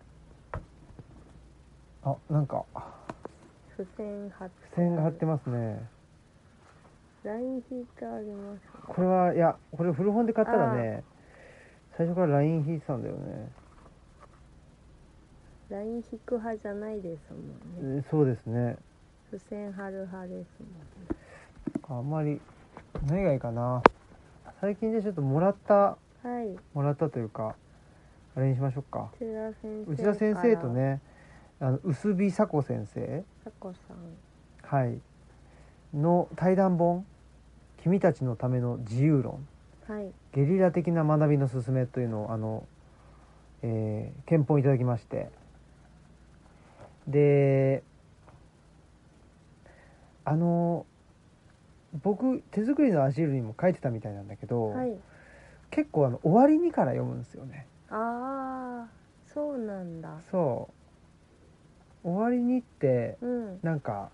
なんか付箋が貼ってますね。 ライン引いてあります、ね。 これはこれ古本で買ったらね、最初からライン引いてたんだよね。 ライン引く派じゃないですもんね。 そうですね。 付箋貼る派ですもんね。あんまり何がいいかな。最近でちょっともらったというかあれにしましょうか。内田先生とね、薄日佐子先生、 佐子さん、はい、の対談本、君たちのための自由論、ゲリラ的な学びのすすめというのを献本いただきまして、で僕手作りの足にも書いてたみたいなんだけど、結構終わりにから読むんですよね。 そうなんだ。 そう終わりにって、なんか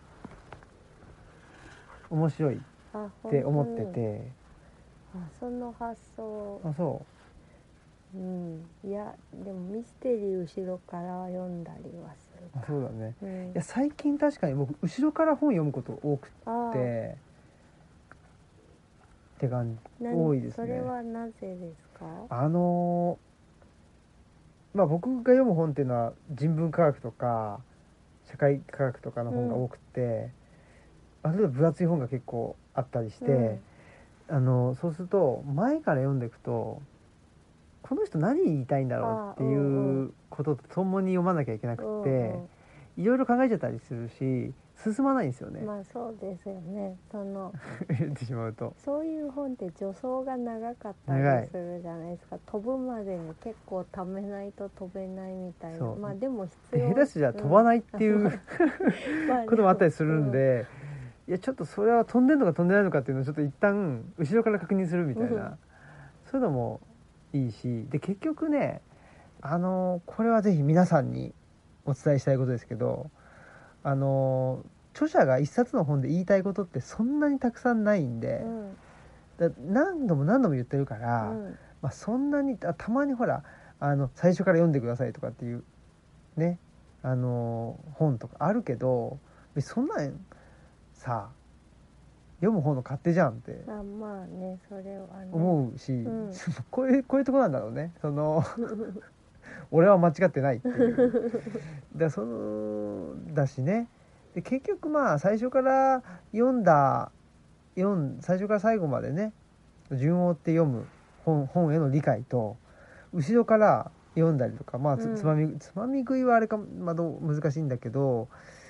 面白いって思ってて、 その発想。 いやでもミステリー後ろからは読んだりはするか。 そうだね。 うんいや最近確かに僕後ろから本読むこと多くあてって感じあ多いですね。 それはなぜですか？ まあ僕が読む本っていうのは人文科学とか社会科学とかの本が多くて、例えば分厚い本が結構あったりして、そうすると前から読んでいくとこの人何言いたいんだろうっていうこととともに読まなきゃいけなくて、いろいろ考えちゃったりするし進まないんですよね。 まあそうですよね。 言ってしまうとそういう本って助走が長かった長いりするじゃないですか。飛ぶまでに結構ためないと飛べないみたいな。 そうまあでも必で要。 下手してじゃ飛ばないっていう、 まあこともあったりするんで、いやちょっとそれは飛んでるのか飛んでないのかっていうのをちょっと一旦後ろから確認するみたいな、そういうのもいいし、で結局ねこれはぜひ皆さんにお伝えしたいことですけど、著者が一冊の本で言いたいことってそんなにたくさんないんで、何度も何度も言ってるから、まあ、そんなにたまにほら最初から読んでくださいとかっていうね本とかあるけど、そんなんさ読む方の勝手じゃんってまあねそれはね思うし、こういうとこなんだろうね、俺は間違ってないっていうだしね。で結局まあ最初から最初から最後までね順を追って読む本への理解と、後ろから読んだりとか、まあつまみ食いはあれか、まあ、難しいんだけど、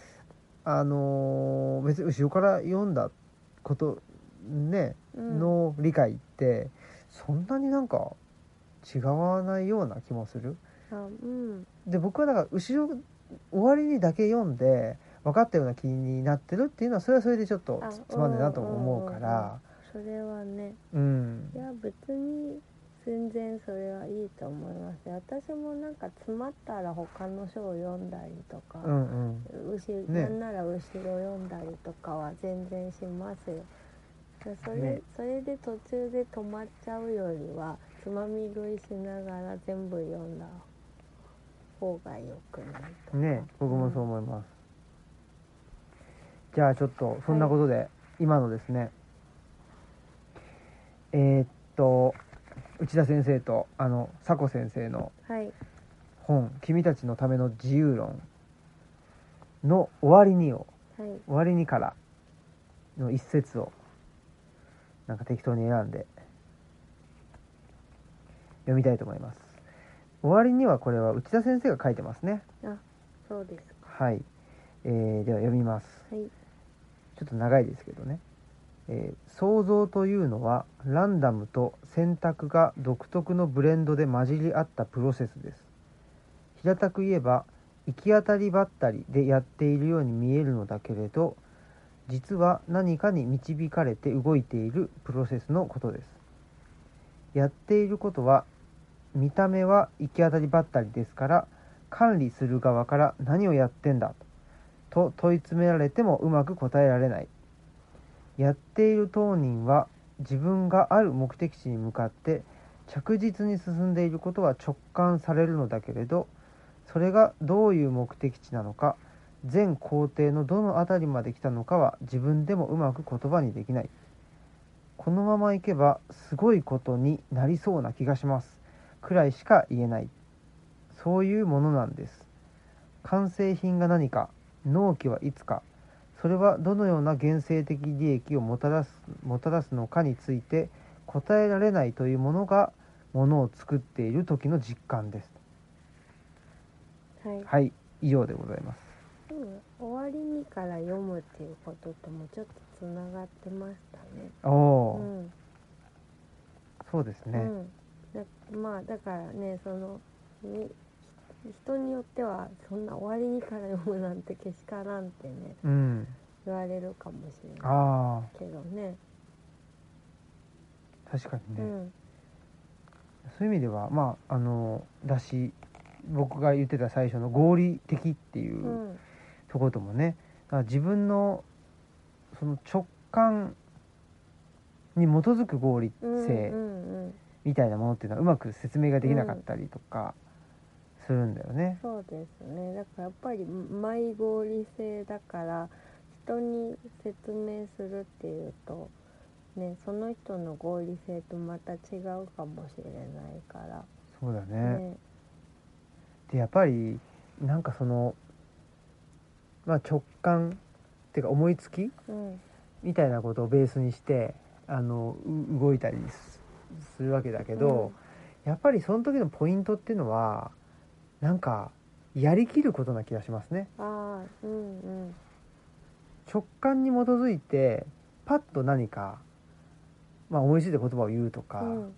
別に後ろから読んだことね、の理解ってそんなになんか違わないような気もする。で僕はだから後ろ終わりにだけ読んで分かったような気になってるっていうのはそれはそれでちょっとつまんねえなと思うから、 それはね、いや別に全然それはいいと思います。私もなんか詰まったら他の書を読んだりとか、なんなら後ろ読んだりとかは全然しますよ。それで途中で止まっちゃうよりはつまみ食いしながら全部読んだ方がよくないとかね。僕もそう思います。じゃあちょっとそんなことで、今のですね内田先生と佐古先生の本、君たちのための自由論の終わりにからの一節をなんか適当に選んで読みたいと思います。終わりにはこれは内田先生が書いてますね。 そうですか。 はい、では読みます。ちょっと長いですけどね。創造というのはランダムと選択が独特のブレンドで混じり合ったプロセスです。平たく言えば行き当たりばったりでやっているように見えるのだけれど、実は何かに導かれて動いているプロセスのことです。やっていることは見た目は行き当たりばったりですから、管理する側から何をやってんだと問い詰められてもうまく答えられない。やっている当人は自分がある目的地に向かって着実に進んでいることは直感されるのだけれど、それがどういう目的地なのか、全工程のどのあたりまで来たのかは自分でもうまく言葉にできない。このままいけばすごいことになりそうな気がしますくらいしか言えない。そういうものなんです。完成品が何か、納期はいつか、それはどのような現世的利益をもたらすのかについて答えられないというものがものを作っている時の実感です。はい、以上でございます。 終わりにから読むっていうことともちょっとつながってましたね。 そうですね。 まあだからね、人によってはそんな終わりにから読むなんてけしからんってね、言われるかもしれないけどね。 確かにね、そういう意味ではまあ僕が言ってた最初の合理的っていうところともね、だから自分のその直感に基づく合理性みたいなものっていうのはうまく説明ができなかったりとかするんだよね。 そうですね。だからやっぱりマイ合理性だから人に説明するっていうとね、その人の合理性とまた違うかもしれないからそうだね。 ね。 でやっぱりなんかその、まあ、直感っていうか思いつきうんみたいなことをベースにして動いたりするわけだけど、やっぱりその時のポイントっていうのはなんかやりきることな気がしますね。 ああうん直感に基づいてパッと何か、まあ、思いついて言葉を言うとか、 うん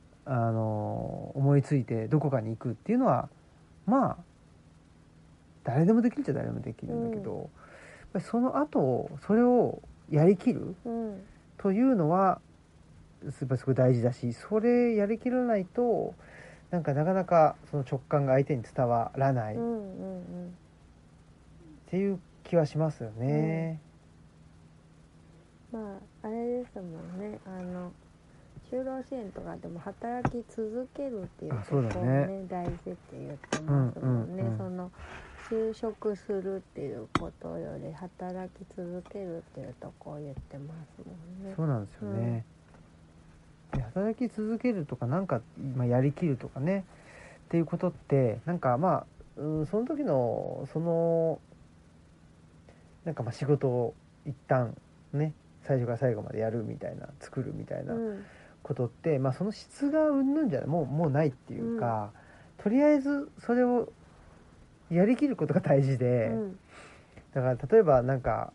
思いついてどこかに行くっていうのはまあ誰でもできるっちゃ誰でもできるんだけど、やっぱりその後それをやりきるうんというのはやっぱりすごい大事だし、それやりきらないとなかなかその直感が相手に伝わらないっうんていう気はしますよね。 まああれですもんね、就労支援とかでも働き続けるっていうところをね大事って言ってますもんね、その就職するっていうことより働き続けるっていうとこを言ってますもんね。 そうなんですよね。で働き続けるとかなんか、まあ、やりきるとかねっていうことってなんかまあ、その時のそのなんかまあ仕事を一旦ね最初から最後までやるみたいな作るみたいなことって、まあ、その質がうんぬんじゃないもうないっていうか、とりあえずそれをやりきることが大事で、だから例えばなんか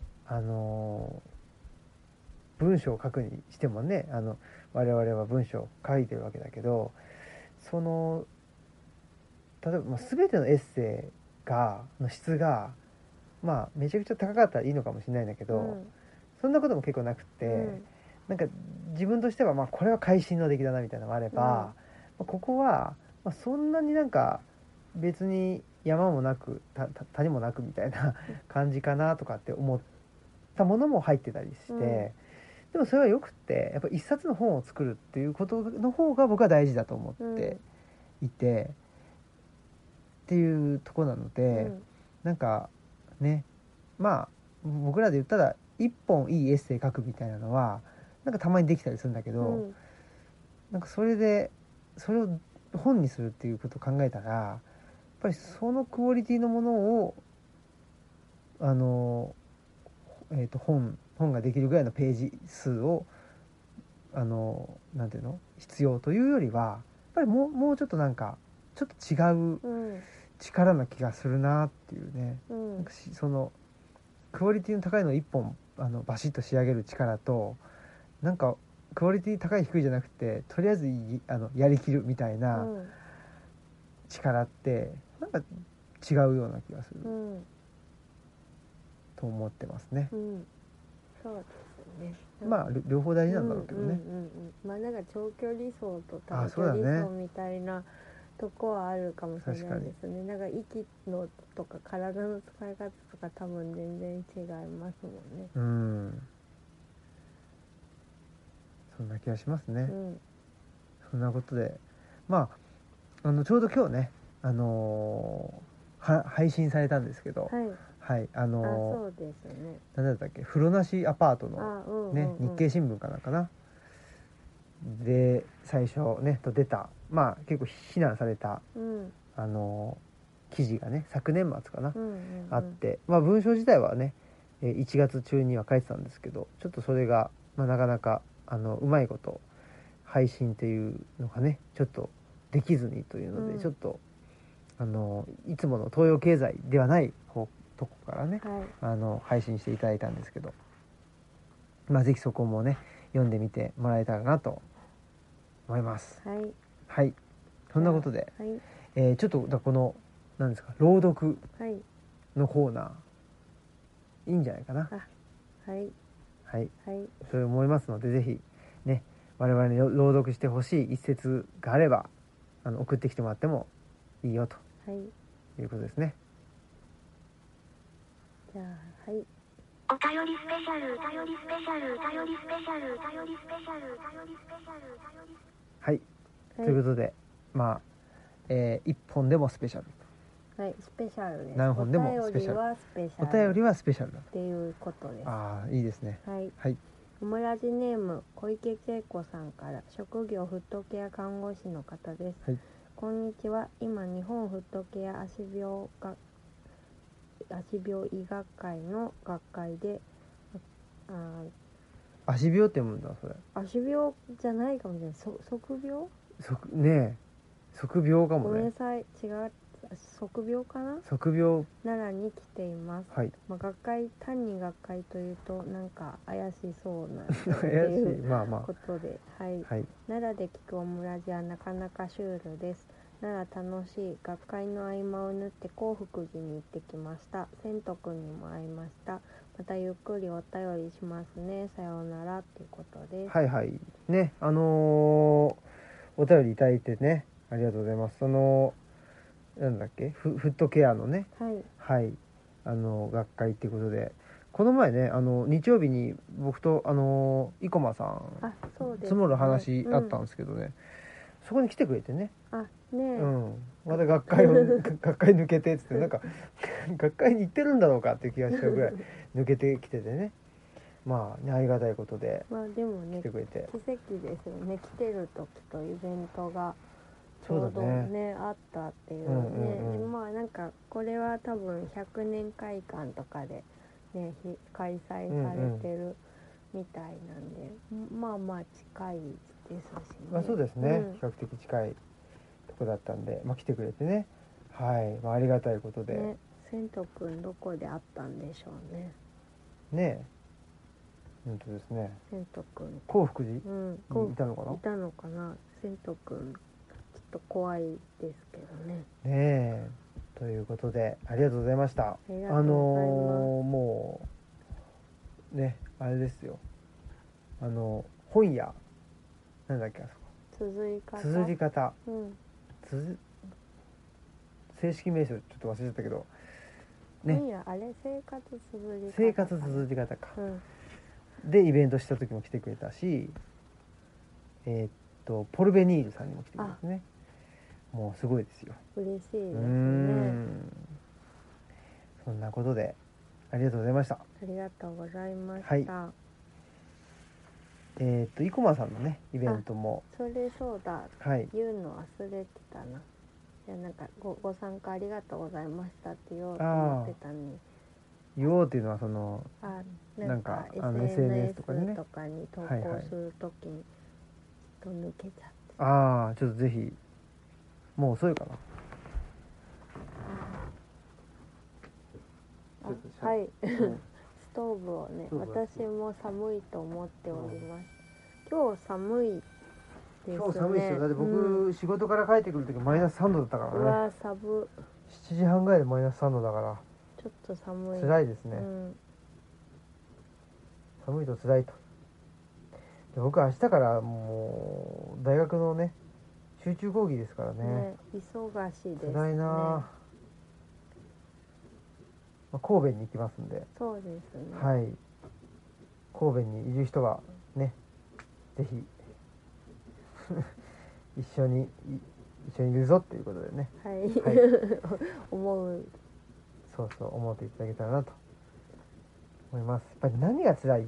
文章を書くにしてもね我々は文章を書いてるわけだけど、その例えばまあ全てのエッセイの質がまあめちゃくちゃ高かったらいいのかもしれないんだけど、そんなことも結構なくて、なんか自分としてはまあこれは会心の出来だなみたいなのがあれば、まあここはまあそんなになんか別に山もなく谷もなくみたいな感じかなとかって思ったものも入ってたりして、でもそれはよくってやっぱ一冊の本を作るっていうことの方が僕は大事だと思っていて、っていうところなので、なんかね、まあ僕らで言ったら一本いいエッセイ書くみたいなのはなんかたまにできたりするんだけど、なんかそれを本にするっていうことを考えたらやっぱりそのクオリティのものを本ができるぐらいのページ数をなんていうの必要というよりはやっぱりもうちょっとなんかちょっと違う力な気がするなっていうね、なんかそのクオリティの高いのを一本バシッと仕上げる力と、なんかクオリティ高い低いじゃなくてとりあえずやりきるみたいな力ってなんか違うような気がする、と思ってますね。 そうですね。 まあ両方大事なんだろうけどね。 まあなんか長距離走と短距離走みたいなとこはあるかもしれないですね。なんか息のとか体の使い方とか多分全然違いますもんね。 そんな気がしますね。そんなことでまあちょうど今日ね配信されたんですけど、 そうですね。 何だったっけ、風呂なしアパートのね、日経新聞かなんかなで最初ねと出た、まあ結構非難された、記事がね昨年末かな、あって、まあ文章自体はね1月中には書いてたんですけど、ちょっとそれが、まあ、なかなかうまいこと配信っていうのがねちょっとできずにというので、ちょっといつもの東洋経済ではないとこからね、配信していただいたんですけど、まあぜひそこもね読んでみてもらえたらなと思います。はい、そんなことで、ちょっとこの何ですか朗読のコーナー、いいんじゃないかな。そう思いますので、ぜひね我々に朗読してほしい一節があれば送ってきてもらってもいいよということですね。 じゃあお便りスペシャルお便りスペシャルお便りスペシャルお便りスペシャルお便りスペシャル。 はい、 ということでまあ、1本でもスペシャル、 はい、スペシャルです。 何本でもスペシャル、 お便りはスペシャおル便りはスペシャルだっていうことです。 ああいいですね。 はい。 はいオムラジネーム小池恵子さんから、職業フットケア看護師の方です。 はい。 こんにちは。今日本フットケア足病医学会の学会で足病って読むんだそれ。 足病じゃないかもしれない。測病？ ねえ測病かもね。 ごめんなさい、違う、測病かな。 測病。 奈良に来ています。 はい。 学会、単に学会というとなんか怪しそうなって怪しいいうまあまことで、はい、 はい。 奈良で聞くオムラジはなかなかシュールです。奈良楽しい。学会の合間を縫って興福寺に行ってきました。千斗くんにも会いました。またゆっくりお便りしますね。さようならということです。 はいはいねお便りいただいてねありがとうございます。なんだっけフットケアのねはいはい学会っていうことで、この前ね日曜日に僕と生駒さんあ、そうですね、 積もる話あったんうん、 ですけどね、そこに来てくれてね、 あねえ、 また学会抜けてっつってなんか学会に行ってるんだろうかっていう気がしちゃうぐらい抜けてきててね、まあねありがたいことでまあでもね来てくれて、 奇跡ですよね。来てる時とイベントがちょうどそうだねねあったっていうね、 うんうんまあなんかこれは多分100年会館とかでね開催されてるみたいなんで、まあまあ近いですしね。 まあそうですね、比較的近いとこだったんで、まあ、来てくれてね、はい、まあ、ありがたいことでね、千斗くんどこで会ったんでしょうね。 ね本当ですね。 千斗くん、 興福寺にいたのかな。 いたのかな。千斗くんちょっと怖いですけどね。 ねえということでありがとうございました。 ありがとうございます。 もうねあれですよ、本屋なんだっけあそこ綴り方、正式名称ちょっと忘れちゃったけどね、 あれ生活綴り方か、でイベントした時も来てくれたし、ポルベニールさんにも来てくれてね、もうすごいですよ。 嬉しいですね。 そんなことでありがとうございました。 ありがとうございました。 はい、生駒さんのねイベントもそうだ、 はい、 言うの忘れてたな。いやなんかご参加ありがとうございましたって言おうと思ってたのに、 言おうっていうのはなんか SNS とかに投稿するときにちょっと抜けちゃって、 ちょっとぜひもう遅いかな。 はい、ストーブをね、私も寒いと思っております。今日寒いですね。 今日寒いですよ。だって僕、仕事から帰ってくる時マイナス3度だったからね。 うわ寒。 7時半ぐらいでマイナス3度だからちょっと寒い。 辛いですね、寒いと辛いと。で僕は明日からもう大学のね集中講義ですからね、 忙しいですね。 辛いな、神戸に行きますんで。 そうですね。 はい、神戸にいる人はねぜひ一緒にいるぞっていうことでね、 はい、思っていただけたらなと思います。やっぱり何が辛いって、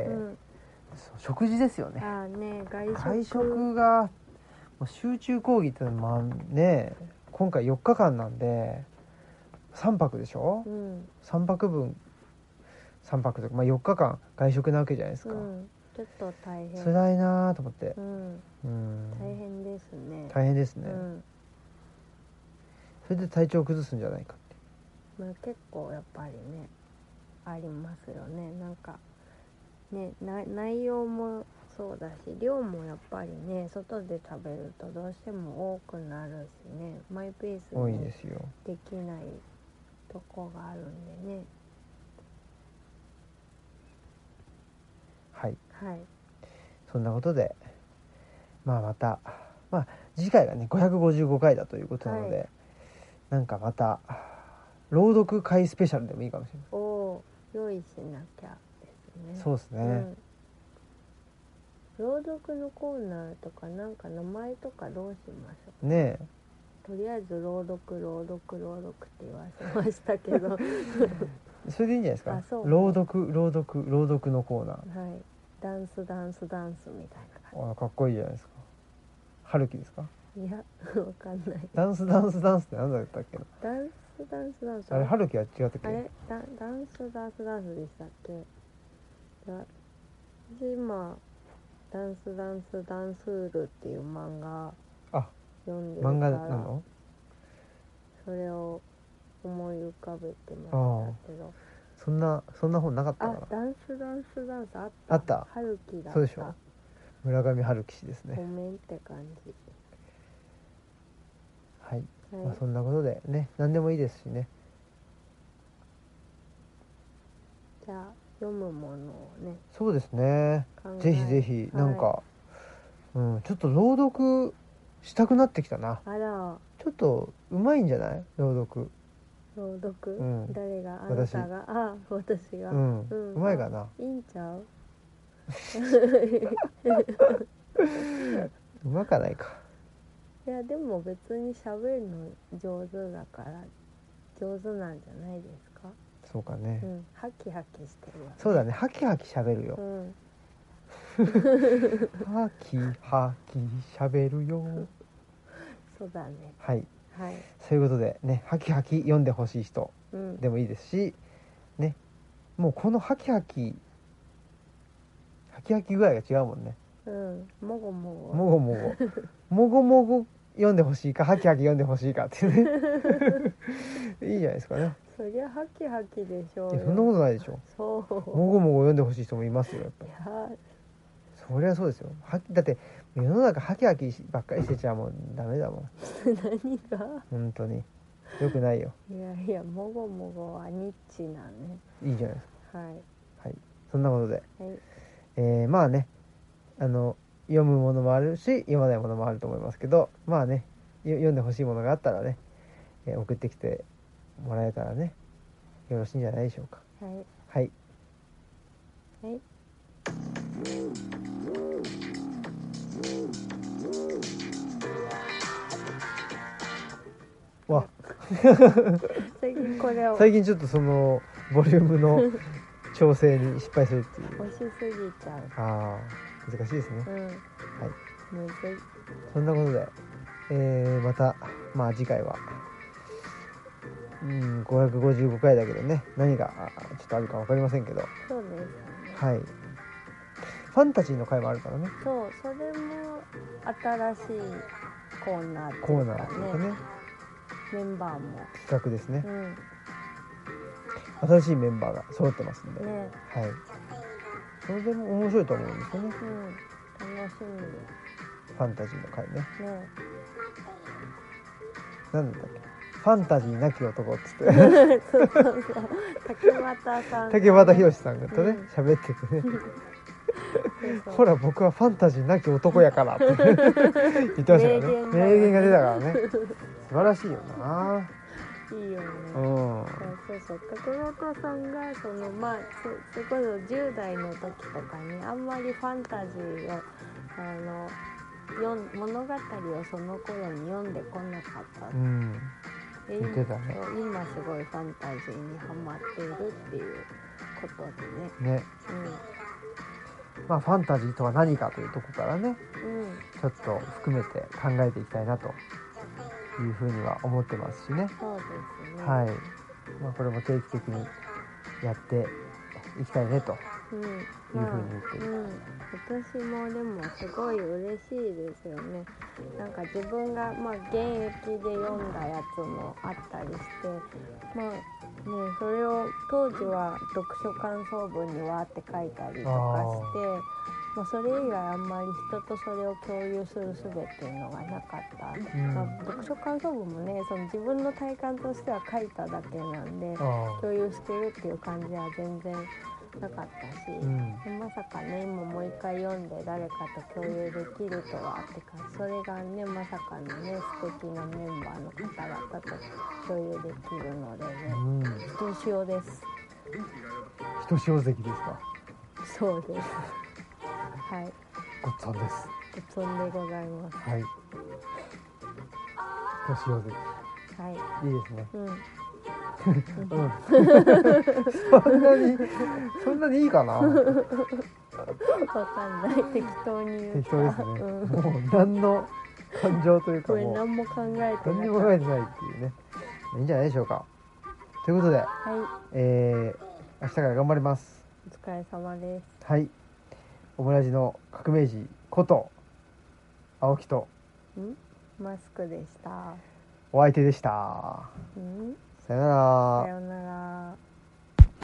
食事ですよね。外食がもう集中講義ってまあね今回4日間なんで3泊でしょ、3泊分3泊とか、4日間外食なわけじゃないですか、 ちょっと大変、 辛いなと思って、 大変ですね。 大変ですね、それで体調を崩すんじゃないかって、 結構やっぱりねありますよね。なんかね内容もそうだし量もやっぱりね外で食べるとどうしても多くなるしね、マイペースにできないとこがあるんでね。 はい、 はい、 そんなことでまた次回がね555回だということなので、なんかまた朗読会スペシャルでもいいかもしれない。 用意しなきゃですね。 そうですね、 朗読のコーナーとかなんか名前とかどうしましょう。 ねとりあえず朗読って言わせましたけどえ、それでいいんじゃないですか。 あそう朗読のコーナー。 はい、ダンスみたいな感あ、かっこいいじゃないですか。春樹ですか。 じ。いやわかんない。 ダンスって何だったっけな。 ダンスあれ春樹は違ったっけ。 あれダンスでしたっけ。いや私今ダンスールっていう漫画あ、 読んでるか漫画ならの。 それを思い浮かべてましたけど。 そんな本なかったかな。 ダンスあった。春樹だった。 そうでしょ。村上春樹氏ですね。 ごめんって感じ。 はい、 はい、 まあ、そんなことでね、何でもいいですしね。 じゃあ読むものをね。 そうですね。ぜひぜひ、なんか、 はちょっと朗読したくなってきたな。 あら、 ちょっとうまいんじゃない朗読。 誰が、あな私たが、私が、 うまいかな。 いいんちゃううまかないか。 いやでも別に喋るの上手だから上手なんじゃないですか。 そうかね、 ハキハキしてるわ、ね、 そうだね、ハキハキ喋るよ、ハキハキ喋るよ。 そうだね。 はい、 はい、 そういうことでね、ハキハキ読んでほしい人でもいいですし、ね、もうこのハキハキ具合が違うもんね。 もごもご読んでほしいか、ハキハキ読んでほしいかっていうねいいじゃないですかね。 そりゃハキハキでしょうよ。 いや、そんなことないでしょ。 そうもご読んでほしい人もいますよ、やっぱり。 いやそりゃそうですよ。だって世の中ハキハキばっかりしてちゃもうダメだもん何が本当によくないよ。 いやもごもごはニッチなね。 いいじゃないですか。 はい、 はい、そんなことで、 はい、 まあね、読むものもあるし読まないものもあると思いますけど、まあね、読んでほしいものがあったらね、送ってきてもらえたらね、よろしいんじゃないでしょうか。 はいはいはい。 わ最近ちょっとそのボリュームの調整に失敗するっていう。 押しすぎちゃう。 ああ、難しいですね。はい。 むずい。 そんなことで、またまあ次回は555回だけどね、何がちょっとあるか分かりませんけど。 そうですね。 はい。ファンタジーの回もあるからね。 そう、それも新しいコーナーっていうかね。メンバーも企画ですね。新しいメンバーが揃ってますんで、はい。それでも面白いと思うんですよね。 楽しみ。 ファンタジーの回ね。なんだっけ。ファンタジーなき男っつってそう竹俣宏さんがとね喋っててねほら僕はファンタジーなき男やからって言ってましたからね。名言が出たからね。素晴らしいよな。 いいよね。そう竹俣さんがそれこそ10代の時とかにあんまりファンタジーを物語をその頃に読んでこなかった。 言ってたね。 今すごいファンタジーにハマっているっていうことでね。 まあファンタジーとは何かというところからね、ちょっと含めて考えていきたいなというふうには思ってますしね。 そうですね。 はい。まあこれも定期的にやっていきたいねというふうに言ってる。 私もでもすごい嬉しいですよね。なんか自分が現役で読んだやつもあったりして、それを当時は読書感想文にわーって書いたりとかして、それ以外あんまり人とそれを共有する術っていうのがなかった。読書感想文もね、その自分の体感としては書いただけなんで共有してるっていう感じは全然なかったし、まさかね今もう一回読んで誰かと共有できるとはってか、それがねまさかのね素敵なメンバーの方々と共有できるのでね、ひとしおです。 ひとしお関ですか。 そうです。はい。 ごっつぁんです。 ごっつんでございます。 はい。年をぜ。 はい。 いいですね。 うん。 うん。そんなにいいかな。 わかんない。適当に言った。 適当ですね。 うん。 もう何の感情というかこれもう何も考えてなかった。 何にも考えてないっていうね。いいんじゃないでしょうか。ということで、 はい。 明日から頑張ります。 お疲れ様です。 はい。オムラジの革命児こと青木とマスクでした。 お相手でした。 うん。 さよなら。 さようなら。